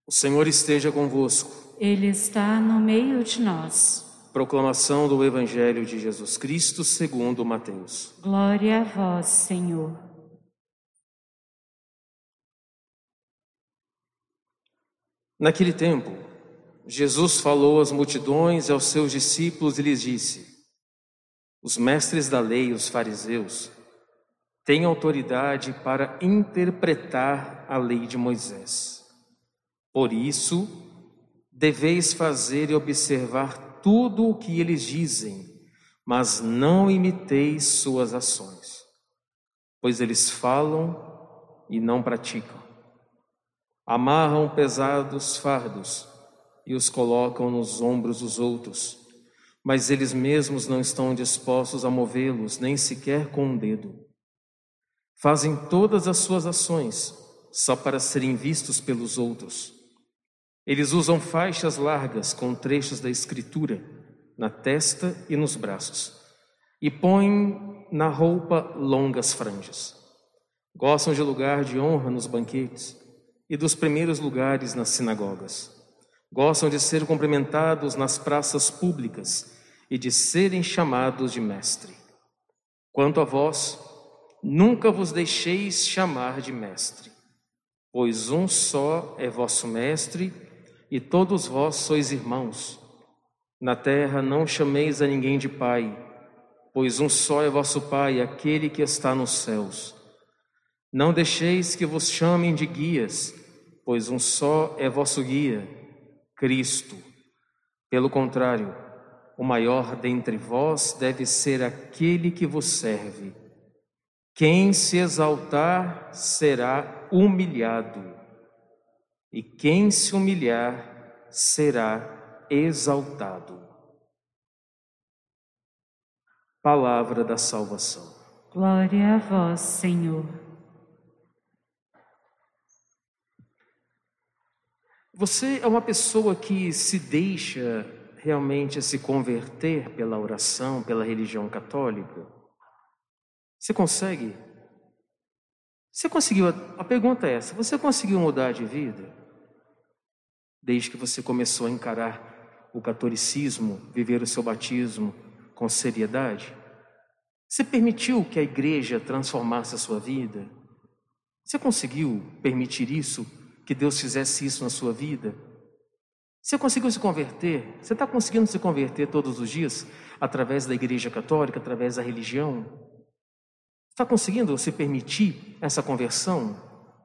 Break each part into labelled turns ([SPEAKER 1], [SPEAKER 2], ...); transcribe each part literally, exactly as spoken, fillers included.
[SPEAKER 1] O Senhor esteja convosco.
[SPEAKER 2] Ele está no meio de nós.
[SPEAKER 1] Proclamação do Evangelho de Jesus Cristo segundo Mateus.
[SPEAKER 2] Glória a vós, Senhor.
[SPEAKER 1] Naquele tempo, Jesus falou às multidões e aos seus discípulos e lhes disse: os mestres da lei e os fariseus têm autoridade para interpretar a lei de Moisés. Por isso, deveis fazer e observar tudo o que eles dizem, mas não imiteis suas ações, pois eles falam e não praticam. Amarram pesados fardos e os colocam nos ombros dos outros, mas eles mesmos não estão dispostos a movê-los, nem sequer com um dedo. Fazem todas as suas ações só para serem vistos pelos outros. Eles usam faixas largas com trechos da Escritura na testa e nos braços, e põem na roupa longas franjas. Gostam de lugar de honra nos banquetes e dos primeiros lugares nas sinagogas. Gostam de ser cumprimentados nas praças públicas e de serem chamados de mestre. Quanto a vós, nunca vos deixeis chamar de mestre, pois um só é vosso mestre, e todos vós sois irmãos. Na terra não chameis a ninguém de pai, pois um só é vosso Pai, aquele que está nos céus. Não deixeis que vos chamem de guias, pois um só é vosso guia, Cristo. Pelo contrário, o maior dentre vós deve ser aquele que vos serve. Quem se exaltar será humilhado, e quem se humilhar será exaltado. Palavra da salvação.
[SPEAKER 2] Glória a vós, Senhor.
[SPEAKER 1] Você é uma pessoa que se deixa realmente se converter pela oração, pela religião católica? Você consegue? Você conseguiu? A pergunta é essa: você conseguiu mudar de vida? Desde que você começou a encarar o catolicismo, viver o seu batismo com seriedade? Você permitiu que a igreja transformasse a sua vida? Você conseguiu permitir isso? Que Deus fizesse isso na sua vida? Você conseguiu se converter? Você está conseguindo se converter todos os dias através da igreja católica, através da religião? Está conseguindo se permitir essa conversão?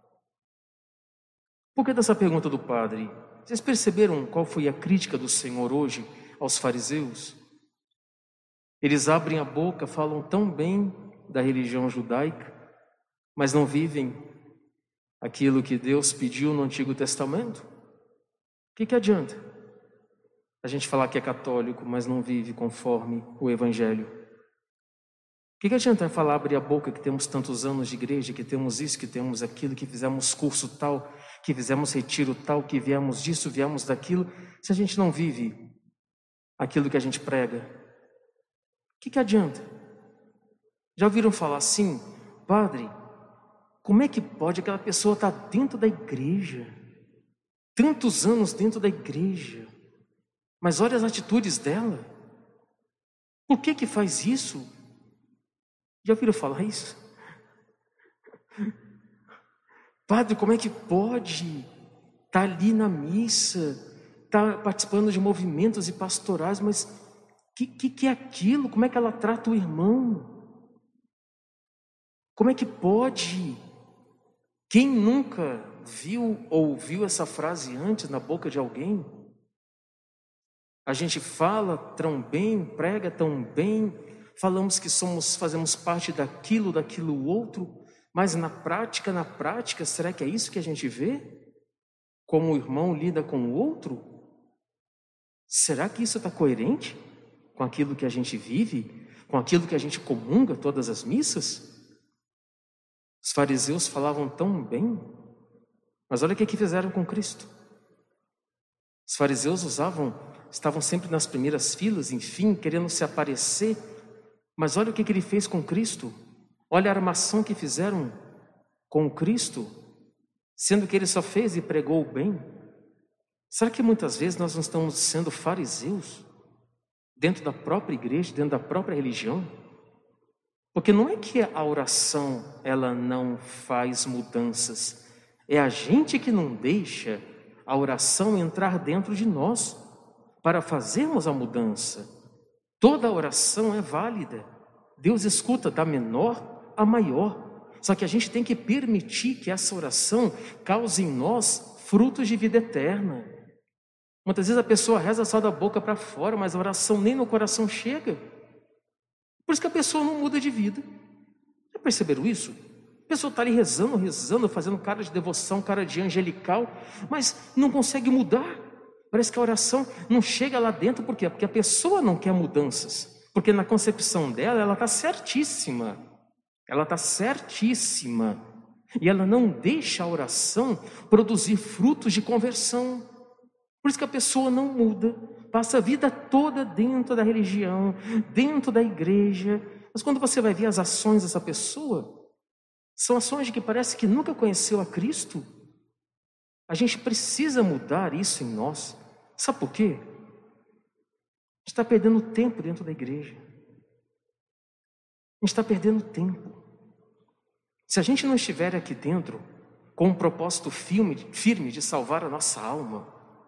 [SPEAKER 1] Por que dessa pergunta do padre? Vocês perceberam qual foi a crítica do Senhor hoje aos fariseus? Eles abrem a boca, falam tão bem da religião judaica, mas não vivem aquilo que Deus pediu no Antigo Testamento. O que, que adianta a gente falar que é católico, mas não vive conforme o Evangelho? O que, que adianta falar, abrir a boca, que temos tantos anos de igreja, que temos isso, que temos aquilo, que fizemos curso tal, que fizemos retiro tal, que viemos disso, viemos daquilo, se a gente não vive aquilo que a gente prega? O que, que adianta? Já ouviram falar assim: padre, como é que pode aquela pessoa estar dentro da igreja, tantos anos dentro da igreja, mas olha as atitudes dela? Por que que faz isso? Já ouviram falar isso? Padre, como é que pode estar ali na missa, estar participando de movimentos e pastorais, mas que, que, que é aquilo? Como é que ela trata o irmão? Como é que pode? Quem nunca viu ou ouviu essa frase antes na boca de alguém? A gente fala tão bem, prega tão bem, falamos que somos, fazemos parte daquilo, daquilo outro, mas na prática, na prática, será que é isso que a gente vê? Como o irmão lida com o outro? Será que isso está coerente com aquilo que a gente vive, com aquilo que a gente comunga todas as missas? Os fariseus falavam tão bem, mas olha o que, que fizeram com Cristo. Os fariseus usavam, estavam sempre nas primeiras filas, enfim, querendo se aparecer, mas olha o que, que ele fez com Cristo. Olha a armação que fizeram com Cristo, sendo que ele só fez e pregou o bem. Será que muitas vezes nós não estamos sendo fariseus dentro da própria igreja, dentro da própria religião? Porque não é que a oração ela não faz mudanças, é a gente que não deixa a oração entrar dentro de nós para fazermos a mudança. Toda oração é válida. Deus escuta da menor a maior. Só que a gente tem que permitir que essa oração cause em nós frutos de vida eterna. Muitas vezes a pessoa reza só da boca para fora, mas a oração nem no coração chega. Por isso que a pessoa não muda de vida. Já perceberam isso? A pessoa está ali rezando, rezando, fazendo cara de devoção, cara de angelical, mas não consegue mudar. Parece que a oração não chega lá dentro. Por quê? Porque a pessoa não quer mudanças. Porque na concepção dela, ela está certíssima. Ela está certíssima. E ela não deixa a oração produzir frutos de conversão. Por isso que a pessoa não muda. Passa a vida toda dentro da religião, dentro da igreja. Mas quando você vai ver as ações dessa pessoa, são ações de que parece que nunca conheceu a Cristo. A gente precisa mudar isso em nós. Sabe por quê? A gente está perdendo tempo dentro da igreja. A gente está perdendo tempo. Se a gente não estiver aqui dentro com um propósito firme, firme de salvar a nossa alma,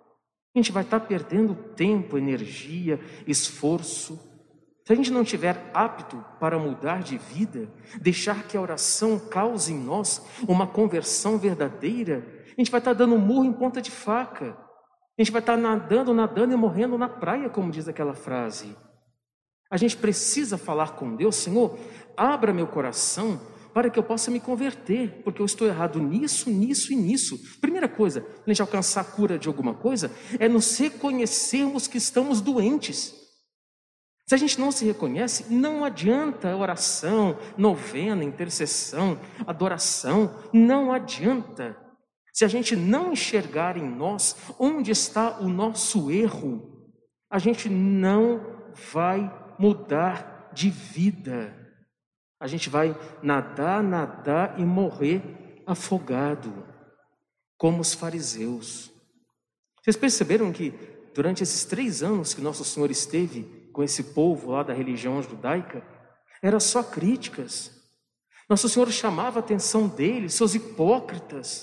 [SPEAKER 1] a gente vai estar perdendo tempo, energia, esforço. Se a gente não estiver apto para mudar de vida, deixar que a oração cause em nós uma conversão verdadeira, a gente vai estar dando murro em ponta de faca. A gente vai estar nadando, nadando e morrendo na praia, como diz aquela frase. A gente precisa falar com Deus: Senhor, abra meu coração para que eu possa me converter, porque eu estou errado nisso, nisso e nisso. Primeira coisa, para a gente alcançar a cura de alguma coisa, é nos reconhecermos que estamos doentes. Se a gente não se reconhece, não adianta oração, novena, intercessão, adoração, não adianta. Se a gente não enxergar em nós onde está o nosso erro, a gente não vai mudar de vida. A gente vai nadar, nadar e morrer afogado, como os fariseus. Vocês perceberam que durante esses três anos que Nosso Senhor esteve com esse povo lá da religião judaica, era só críticas. Nosso Senhor chamava a atenção deles: seus hipócritas.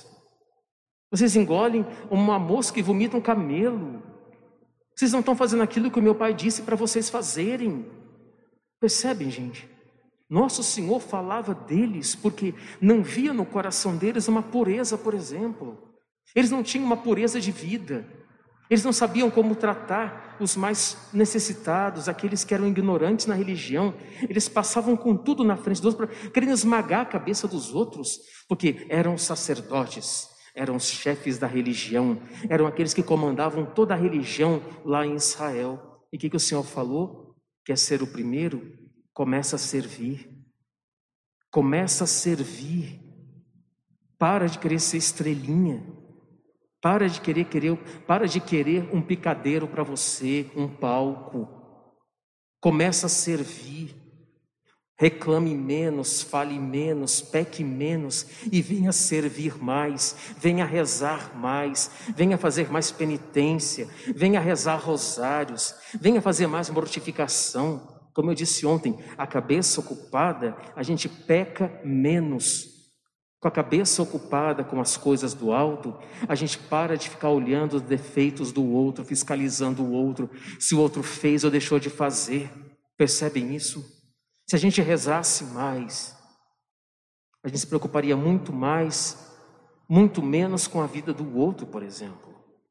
[SPEAKER 1] Vocês engolem uma mosca e vomitam um camelo. Vocês não estão fazendo aquilo que o meu pai disse para vocês fazerem. Percebem, gente? Nosso Senhor falava deles porque não via no coração deles uma pureza, por exemplo. Eles não tinham uma pureza de vida. Eles não sabiam como tratar os mais necessitados, aqueles que eram ignorantes na religião. Eles passavam com tudo na frente dos outros, querendo esmagar a cabeça dos outros, porque eram os sacerdotes, eram os chefes da religião, eram aqueles que comandavam toda a religião lá em Israel. E o que, que o Senhor falou? Quer ser o primeiro? Começa a servir. Começa a servir. Para de querer ser estrelinha. Para de querer, querer, para de querer um picadeiro para você, um palco. Começa a servir. Reclame menos, fale menos, peque menos e venha servir mais, venha rezar mais, venha fazer mais penitência, venha rezar rosários, venha fazer mais mortificação. Como eu disse ontem, a cabeça ocupada, a gente peca menos. Com a cabeça ocupada com as coisas do alto, a gente para de ficar olhando os defeitos do outro, fiscalizando o outro, se o outro fez ou deixou de fazer. Percebem isso? Se a gente rezasse mais, a gente se preocuparia muito mais, muito menos com a vida do outro, por exemplo.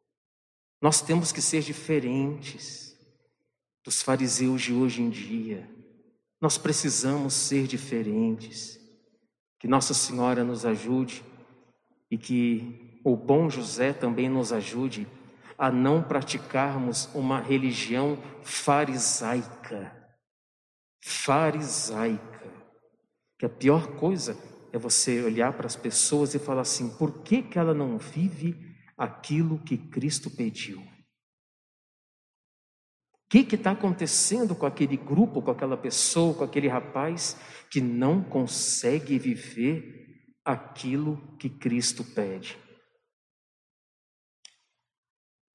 [SPEAKER 1] Nós temos que ser diferentes dos fariseus de hoje em dia. Nós precisamos ser diferentes. Que Nossa Senhora nos ajude e que o bom José também nos ajude a não praticarmos uma religião farisaica. Farisaica. Que a pior coisa é você olhar para as pessoas e falar assim: por que que ela não vive aquilo que Cristo pediu? O que está acontecendo com aquele grupo, com aquela pessoa, com aquele rapaz que não consegue viver aquilo que Cristo pede?